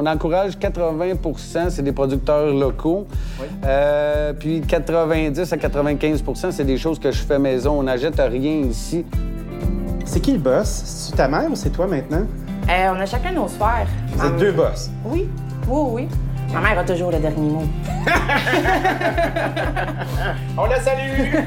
on encourage 80 % c'est des producteurs locaux. Oui. Puis 90 à 95 % c'est des choses que je fais maison. On n'achète rien ici. C'est qui le boss? C'est ta mère ou c'est toi maintenant? On a chacun nos sphères. Vous êtes deux boss? Oui, oui. Ma mère a toujours le dernier mot. On la salue!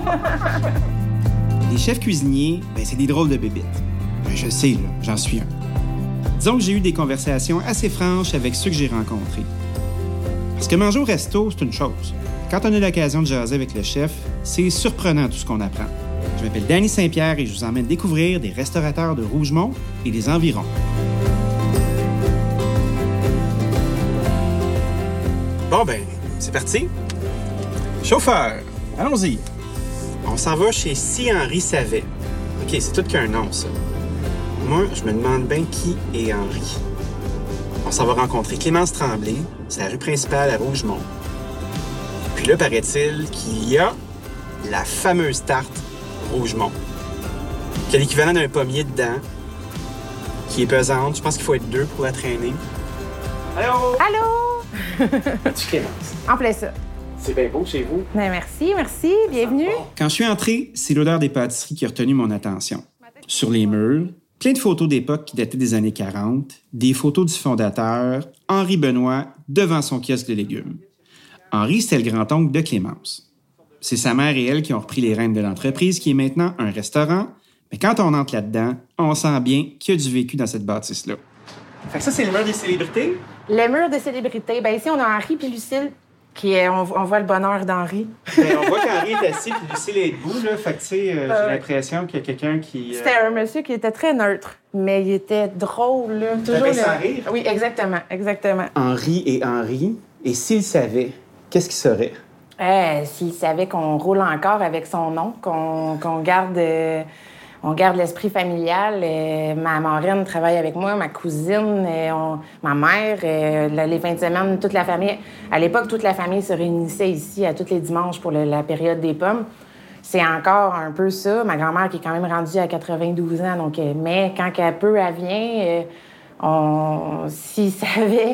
Les chefs cuisiniers, c'est des drôles de bébites. Je sais, là, j'en suis un. Disons que j'ai eu des conversations assez franches avec ceux que j'ai rencontrés. Parce que manger au resto, c'est une chose. Quand on a l'occasion de jaser avec le chef, c'est surprenant tout ce qu'on apprend. Je m'appelle Danny Saint-Pierre et je vous emmène découvrir des restaurateurs de Rougemont et des environs. Bon, c'est parti. Chauffeur, allons-y. On s'en va chez Si Henri Savet. OK, c'est tout qu'un nom, ça. Moi, je me demande bien qui est Henri. On s'en va rencontrer Clémence Tremblay, c'est la rue principale à Rougemont. Puis là, paraît-il qu'il y a la fameuse tarte Rougemont, qui a l'équivalent d'un pommier dedans, qui est pesante. Je pense qu'il faut être deux pour la traîner. Allô? Allô? Tu Clémence? En plein ça. C'est bien beau chez vous. Merci, bienvenue. Quand je suis entré, c'est l'odeur des pâtisseries qui a retenu mon attention. Sur les murs, plein de photos d'époque qui dataient des années 40, des photos du fondateur, Henri Benoît, devant son kiosque de légumes. Henri, c'était le grand-oncle de Clémence. C'est sa mère et elle qui ont repris les rênes de l'entreprise, qui est maintenant un restaurant. Mais quand on entre là-dedans, on sent bien qu'il y a du vécu dans cette bâtisse-là. Fait que ça, c'est le mur des célébrités? Le mur des célébrités. Ici, on a Henri puis Lucille. On voit le bonheur d'Henri. On voit qu'Henri est assis puis Lucille est debout, là. Fait que, tu sais, j'ai l'impression qu'il y a quelqu'un qui... C'était un monsieur qui était très neutre, mais il était drôle, là. Toujours sans rire? Oui, exactement. Henri et Henri. Et s'il savait, qu'est-ce qu'il saurait? S'il savait qu'on roule encore avec son nom, qu'on garde... On garde l'esprit familial. Ma marraine travaille avec moi, ma cousine, ma mère, les fins de semaine, toute la famille. À l'époque, toute la famille se réunissait ici à tous les dimanches pour la période des pommes. C'est encore un peu ça. Ma grand-mère qui est quand même rendue à 92 ans, donc, mais quand elle peut, elle vient. S'ils savaient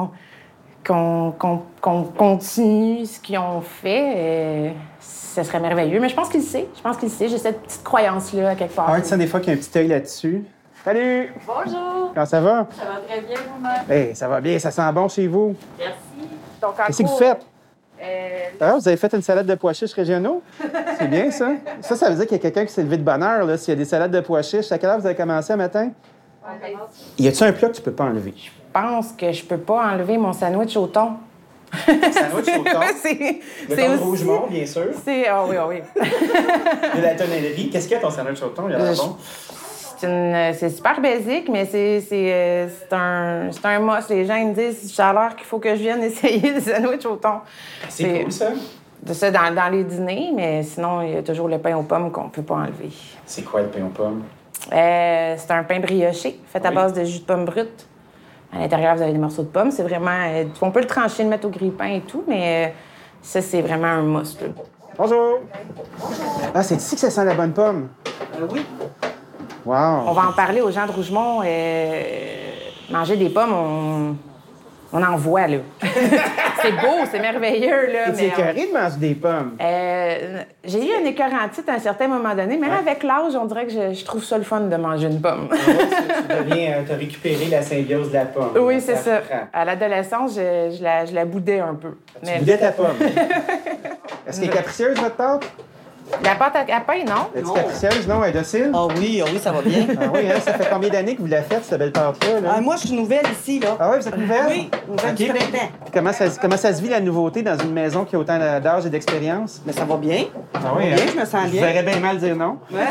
qu'on continue ce qu'ils ont fait... ça serait merveilleux, mais je pense qu'il sait. J'ai cette petite croyance-là, à quelque part. Ah, tu sens des fois qu'il y a un petit œil là-dessus. Salut! Bonjour! Comment ça va? Ça va très bien, vous-même? Hey, ça va bien, ça sent bon chez vous. Merci. Donc, qu'est-ce que vous faites? Vous avez fait une salade de pois chiches régionaux? C'est bien, ça? Ça veut dire qu'il y a quelqu'un qui s'est levé de bonne heure, là, s'il y a des salades de pois chiches. À quelle heure vous avez commencé le matin? Y a-tu un plat que tu peux pas enlever? Je pense que je peux pas enlever mon sandwich au thon. Sandwich au thon. c'est thon aussi... Rougemont, bien sûr. Oui. De la tonnellerie. Qu'est-ce qu'il y a ton sandwich au thon? Il a l'air bon. C'est super basique, mais c'est un must. Les gens ils me disent, j'ai l'air qu'il faut que je vienne essayer des sandwichs au thon. C'est cool, ça? De ça dans les dîners, mais sinon, il y a toujours le pain aux pommes qu'on peut pas enlever. C'est quoi le pain aux pommes? C'est un pain brioché, fait à base de jus de pomme brute. À l'intérieur, vous avez des morceaux de pommes. C'est vraiment... on peut le trancher, le mettre au grille-pain et tout, mais ça, c'est vraiment un must. Là. Bonjour! Ah, c'est ici que ça sent la bonne pomme? Oui. Wow! On va en parler aux gens de Rougemont. Manger des pommes, on en voit, là. C'est beau, c'est merveilleux, là. Es-tu écœurée de manger des pommes? J'ai eu un écœurantite à un certain moment donné. Même avec l'âge, on dirait que je trouve ça le fun de manger une pomme. Tu as récupéré la symbiose de la pomme. Oui, c'est ça. À l'adolescence, je la boudais un peu. Tu boudais ta pomme? Est-ce qu'elle est capricieuse, votre pâte? La pâte à pain, non? Es-tu capricieuse, non? Elle est docile? Ah oui, ça va bien. Ah oui, hein? Ça fait combien d'années que vous la faites, cette belle pâte-là? Là? Moi, je suis nouvelle ici, là. Ah oui, vous êtes nouvelle? Oui, nouvelle du printemps. Puis comment ça se vit, la nouveauté, dans une maison qui a autant d'âge et d'expérience? Mais ça va bien. Ah oui, bien, je me sens Je bien. verrais bien mal dire non. Ouais.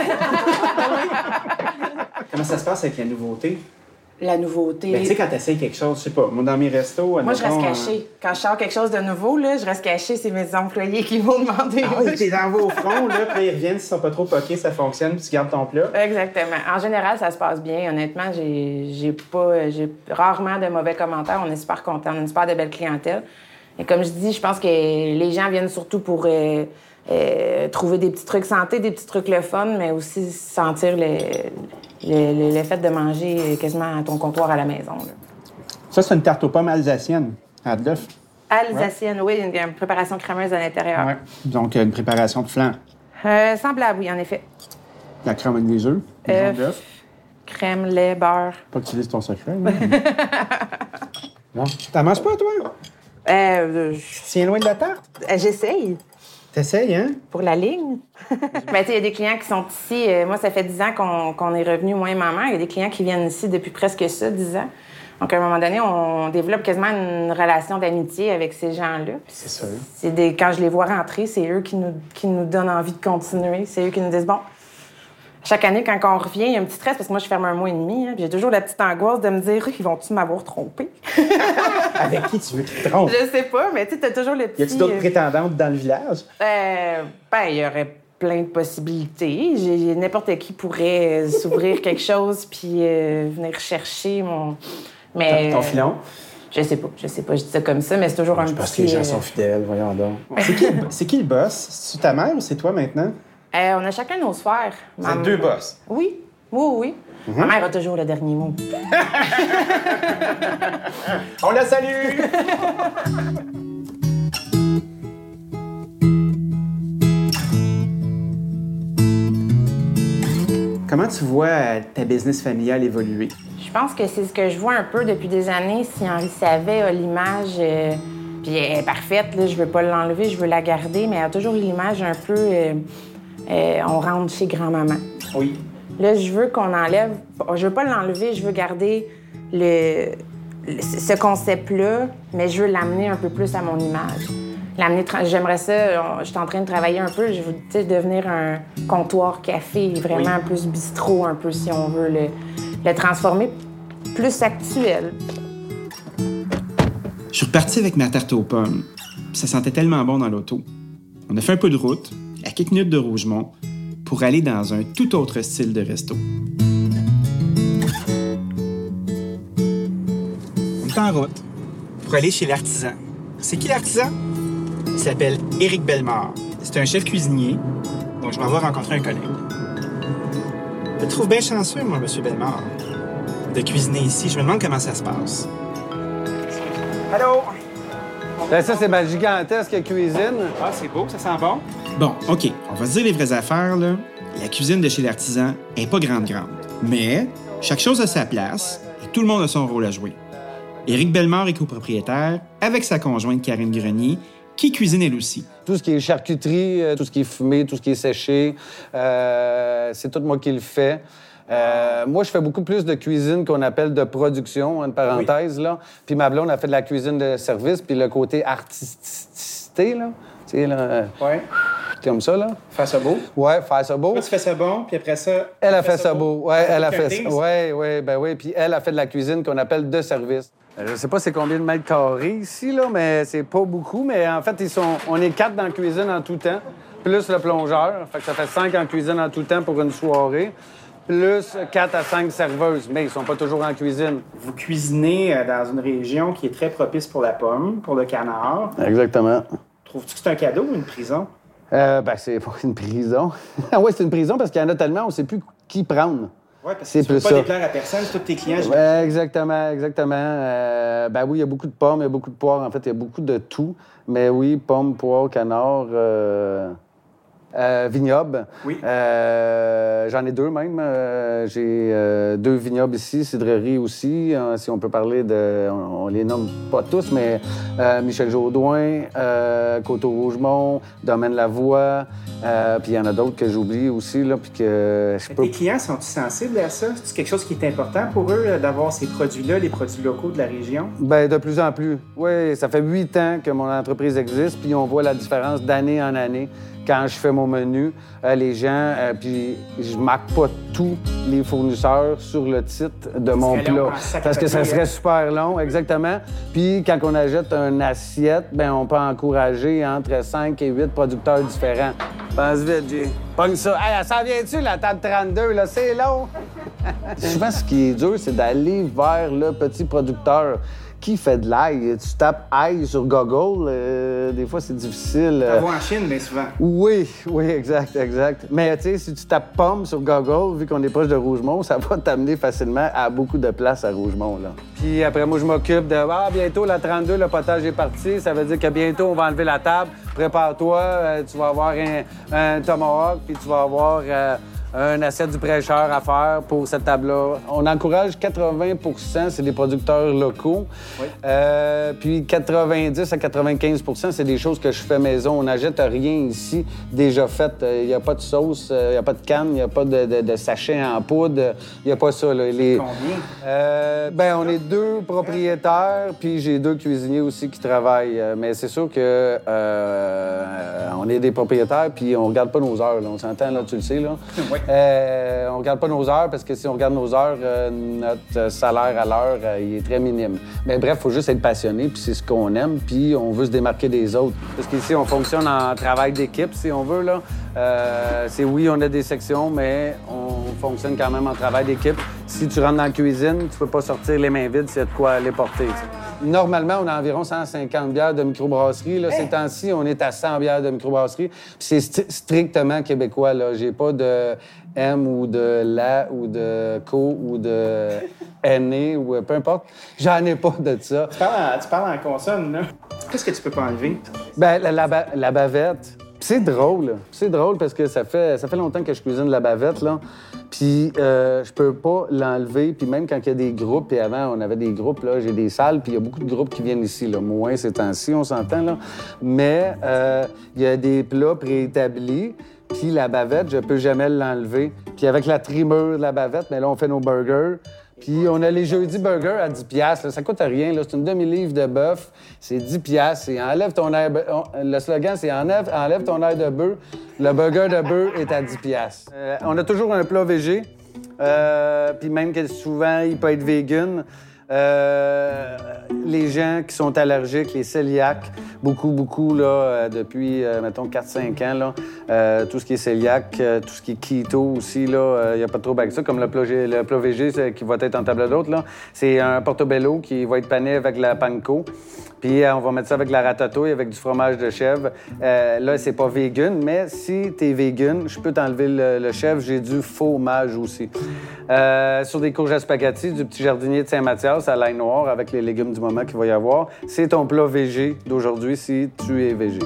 Comment ça se passe avec la nouveauté? La nouveauté. Tu sais, quand tu essayes quelque chose, je sais pas, moi, dans mes restos... Moi, je reste cachée. Quand je sors quelque chose de nouveau, là, je reste cachée. C'est mes employés qui vont demander. Ah oui, t'es dans vos fronts, là, puis ils reviennent, s'ils sont pas trop poqués, ça fonctionne, puis tu gardes ton plat. Exactement. En général, ça se passe bien. Honnêtement, j'ai rarement de mauvais commentaires. On est super contents. On a une super de belle clientèle. Et comme je dis, je pense que les gens viennent surtout pour trouver des petits trucs santé, des petits trucs le fun, mais aussi sentir le fait de manger quasiment à ton comptoir à la maison. Là. Ça, c'est une tarte aux pommes alsacienne, à de l'œuf. Alsacienne, oui, une préparation crémeuse à l'intérieur. Ouais. Donc, une préparation de flan. Semblable, oui, en effet. La crème avec des œufs, des jaune d'œuf. Crème, lait, beurre. Pas que tu dises ton secret. Bon. T'en manges pas, toi? Tiens loin de la tarte? J'essaye. T'essayes, hein? Pour la ligne. Mais tu sais, il y a des clients qui sont ici. Moi, ça fait 10 ans qu'on est revenu, moi et ma mère. Il y a des clients qui viennent ici depuis presque ça, 10 ans. Donc, à un moment donné, on développe quasiment une relation d'amitié avec ces gens-là. C'est sûr. Quand je les vois rentrer, c'est eux qui nous donnent envie de continuer. C'est eux qui nous disent, bon, chaque année, quand on revient, il y a un petit stress parce que moi, je ferme 1 mois et demi. Hein, puis j'ai toujours la petite angoisse de me dire, ils vont-tu m'avoir trompé? Avec qui tu veux qu'ils te trompent? Je sais pas, mais tu sais, t'as toujours le petit... Y a-tu d'autres prétendantes dans le village? Il y aurait plein de possibilités. N'importe qui pourrait s'ouvrir quelque chose puis venir chercher mon... Mais, ton filon? Je sais pas, je dis ça comme ça, mais c'est toujours un petit... Parce que les gens sont fidèles, voyons donc. C'est qui le boss? C'est ta mère ou c'est toi maintenant? On a chacun nos sphères. Vous êtes 2 boss? Oui. Mm-hmm. Ma mère a toujours le dernier mot. On la salue! Comment tu vois ta business familiale évoluer? Je pense que c'est ce que je vois un peu depuis des années. Si Henri Savet a l'image, puis elle est parfaite, là, je veux pas l'enlever, je veux la garder, mais elle a toujours l'image un peu... on rentre chez grand-maman. Oui. Là, je veux qu'on enlève... Je veux pas l'enlever, je veux garder ce concept-là, mais je veux l'amener un peu plus à mon image. J'aimerais ça, je suis en train de travailler un peu, je veux devenir un comptoir café, vraiment plus bistrot un peu, si on veut le transformer plus actuel. Je suis reparti avec ma tarte aux pommes. Ça sentait tellement bon dans l'auto. On a fait un peu de route, à quelques minutes de Rougemont, pour aller dans un tout autre style de resto. On est en route pour aller chez l'artisan. C'est qui l'artisan? Il s'appelle Éric Bellemare. C'est un chef cuisinier, donc je m'en vais rencontrer un collègue. Je le trouve bien chanceux, moi, M. Bellemare, de cuisiner ici. Je me demande comment ça se passe. Allô? Ben, ça, c'est ma gigantesque cuisine. Ah, c'est beau, ça sent bon. Bon, OK, on va se dire les vraies affaires, là. La cuisine de chez l'artisan est pas grande. Mais chaque chose a sa place et tout le monde a son rôle à jouer. Éric Bellemare est copropriétaire avec sa conjointe Karine Grenier, qui cuisine elle aussi. Tout ce qui est charcuterie, tout ce qui est fumé, tout ce qui est séché, c'est tout moi qui le fais. Moi, je fais beaucoup plus de cuisine qu'on appelle de production, entre parenthèses, là. Puis ma blonde a fait de la cuisine de service, puis le côté artisticité, là. Tu sais, là... Ouais. Comme ça, là. Faire ça beau? Ouais, faire ça beau. Toi, tu fais ça bon, puis après ça... Elle a fait ça beau. Ouais, elle a fait ça. Ouais. Oui. Puis elle a fait de la cuisine qu'on appelle de service. Je sais pas c'est combien de mètres carrés ici, là, mais c'est pas beaucoup. Mais en fait, on est 4 dans la cuisine en tout temps, plus le plongeur. Fait que ça fait 5 en cuisine en tout temps pour une soirée, plus 4 à 5 serveuses. Mais ils sont pas toujours en cuisine. Vous cuisinez dans une région qui est très propice pour la pomme, pour le canard. Exactement. Trouves-tu que c'est un cadeau ou une prison? C'est pas une prison. Oui, c'est une prison parce qu'il y en a tellement, on sait plus qui prendre. Oui, parce que tu peux pas déplaire à personne, c'est tous tes clients. Exactement. Oui, il y a beaucoup de pommes, il y a beaucoup de poires. En fait, il y a beaucoup de tout. Mais oui, pommes, poires, canards, vignobles. Oui. J'en ai 2 même. J'ai 2 vignobles ici, cidrerie aussi. Si on peut parler de... On les nomme pas tous, mais Michel Jourdouin, Coteau-Rougemont, Domaine Lavoie. Puis il y en a d'autres que j'oublie aussi, là, puis que je peux... Tes clients sont-ils sensibles à ça? C'est quelque chose qui est important pour eux, d'avoir ces produits-là, les produits locaux de la région? Bien, de plus en plus. Oui, ça fait 8 ans que mon entreprise existe, puis on voit la différence d'année en année. Quand je fais mon menu, les gens, puis je marque pas tous les fournisseurs sur le titre de mon plat. Parce que ça serait super long, exactement. Puis quand on achète une assiette, bien, on peut encourager entre 5 et 8 producteurs différents. Pense vite, Jay. Pogne ça. Hey, ça vient-tu, la table 32, là? C'est long. Souvent, ce qui est dur, c'est d'aller vers le petit producteur qui fait de l'ail? Tu tapes ail sur Google, des fois, c'est difficile. Ça va en Chine, bien souvent. Oui, exact. Mais tu sais, si tu tapes pomme sur Google, vu qu'on est proche de Rougemont, ça va t'amener facilement à beaucoup de places à Rougemont, là. Puis après, moi, je m'occupe de bientôt, la 32, le potage est parti. Ça veut dire que bientôt, on va enlever la table. Prépare-toi, tu vas avoir un tomahawk, puis tu vas avoir un assiette du prêcheur à faire pour cette table-là. On encourage 80 % c'est des producteurs locaux. Oui. Puis 90 à 95 % c'est des choses que je fais maison. On n'achète rien ici déjà fait. Il n'y a pas de sauce, il n'y a pas de canne, il n'y a pas de sachet en poudre. Il n'y a pas ça. Là. Combien? On est 2 propriétaires, puis j'ai 2 cuisiniers aussi qui travaillent. Mais c'est sûr que on est des propriétaires, puis on regarde pas nos heures. Là. On s'entend, là, tu le sais, là. Oui. On regarde pas nos heures parce que si on regarde nos heures, notre salaire à l'heure, il est très minime. Mais bref, il faut juste être passionné, puis c'est ce qu'on aime, puis on veut se démarquer des autres. Parce qu'ici, on fonctionne en travail d'équipe, si on veut, là. Oui, on a des sections, mais on fonctionne quand même en travail d'équipe. Si tu rentres dans la cuisine, tu peux pas sortir les mains vides s'il y a de quoi les porter. T'sais. Normalement, on a environ 150 bières de microbrasserie. Là, ces temps-ci, on est à 100 bières de microbrasserie. Puis c'est strictement québécois. Là. J'ai pas de M ou de La ou de Co ou de N ou peu importe. J'en ai pas de ça. Tu parles en consonne, là. Qu'est-ce que tu peux pas enlever? La bavette. C'est drôle. C'est drôle parce que ça fait longtemps que je cuisine de la bavette, là. Puis je peux pas l'enlever. Puis même quand il y a des groupes, et avant, on avait des groupes, là, j'ai des salles, puis il y a beaucoup de groupes qui viennent ici, là. Moins ces temps-ci, on s'entend, là. Mais il y a des plats préétablis, puis la bavette, je peux jamais l'enlever. Puis avec la trimure de la bavette, mais là, on fait nos burgers. Puis on a les jeudis burgers à 10 $. Là. Ça coûte rien. Là. C'est une demi-livre de bœuf. C'est 10 $. Et enlève ton air... Le slogan, c'est enlève ton air de bœuf. Le burger de bœuf est à 10 $. On a toujours un plat végé. Puis même que souvent, il peut être vegan. Les gens qui sont allergiques, les cœliaques, beaucoup, là, depuis, mettons, 4-5 ans, là, tout ce qui est cœliaque, tout ce qui est keto aussi, là, il n'y a pas de trouble avec ça, comme le plat végé qui va être en table d'hôte, là. C'est un portobello qui va être pané avec la panko. Puis on va mettre ça avec la ratatouille, avec du fromage de chèvre. Là, c'est pas vegan, mais si t'es vegan, je peux t'enlever le chèvre. J'ai du fromage aussi. Sur des courges à spaghetti, du petit jardinier de Saint-Mathias à l'ail noir avec les légumes du moment qu'il va y avoir. C'est ton plat végé d'aujourd'hui si tu es végé.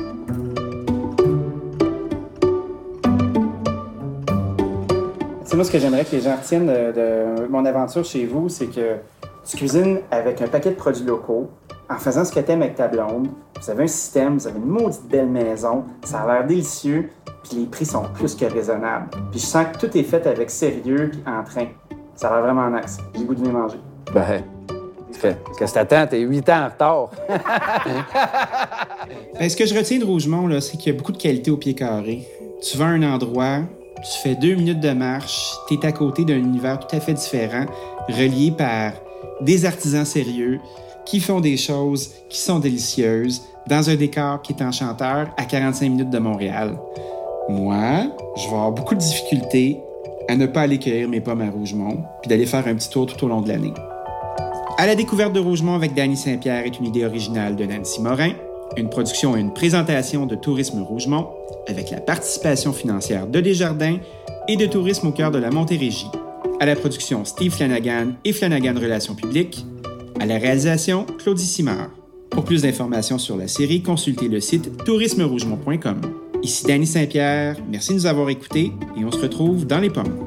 C'est moi ce que j'aimerais que les gens retiennent de mon aventure chez vous, c'est que tu cuisines avec un paquet de produits locaux, en faisant ce que t'aimes avec ta blonde. Vous avez un système, vous avez une maudite belle maison, ça a l'air délicieux, puis les prix sont plus que raisonnables. Puis je sens que tout est fait avec sérieux puis en train. Ça a l'air vraiment nice. J'ai le goût de venir manger. Qu'est-ce que t'attends? T'es 8 ans en retard. Ce que je retiens de Rougemont, là, c'est qu'il y a beaucoup de qualité au pied carré. Tu vas à un endroit, tu fais 2 minutes de marche, t'es à côté d'un univers tout à fait différent, relié par des artisans sérieux, qui font des choses qui sont délicieuses, dans un décor qui est enchanteur à 45 minutes de Montréal. Moi, je vais avoir beaucoup de difficultés à ne pas aller cueillir mes pommes à Rougemont, puis d'aller faire un petit tour tout au long de l'année. À la découverte de Rougemont avec Dany Saint-Pierre est une idée originale de Nancy Morin, une production et une présentation de Tourisme Rougemont, avec la participation financière de Desjardins et de Tourisme au cœur de la Montérégie. À la production, Steve Flanagan et Flanagan Relations publiques. À la réalisation, Claudie Simard. Pour plus d'informations sur la série, consultez le site tourismerougemont.com. Ici Dany Saint-Pierre, merci de nous avoir écoutés et on se retrouve dans les pommes.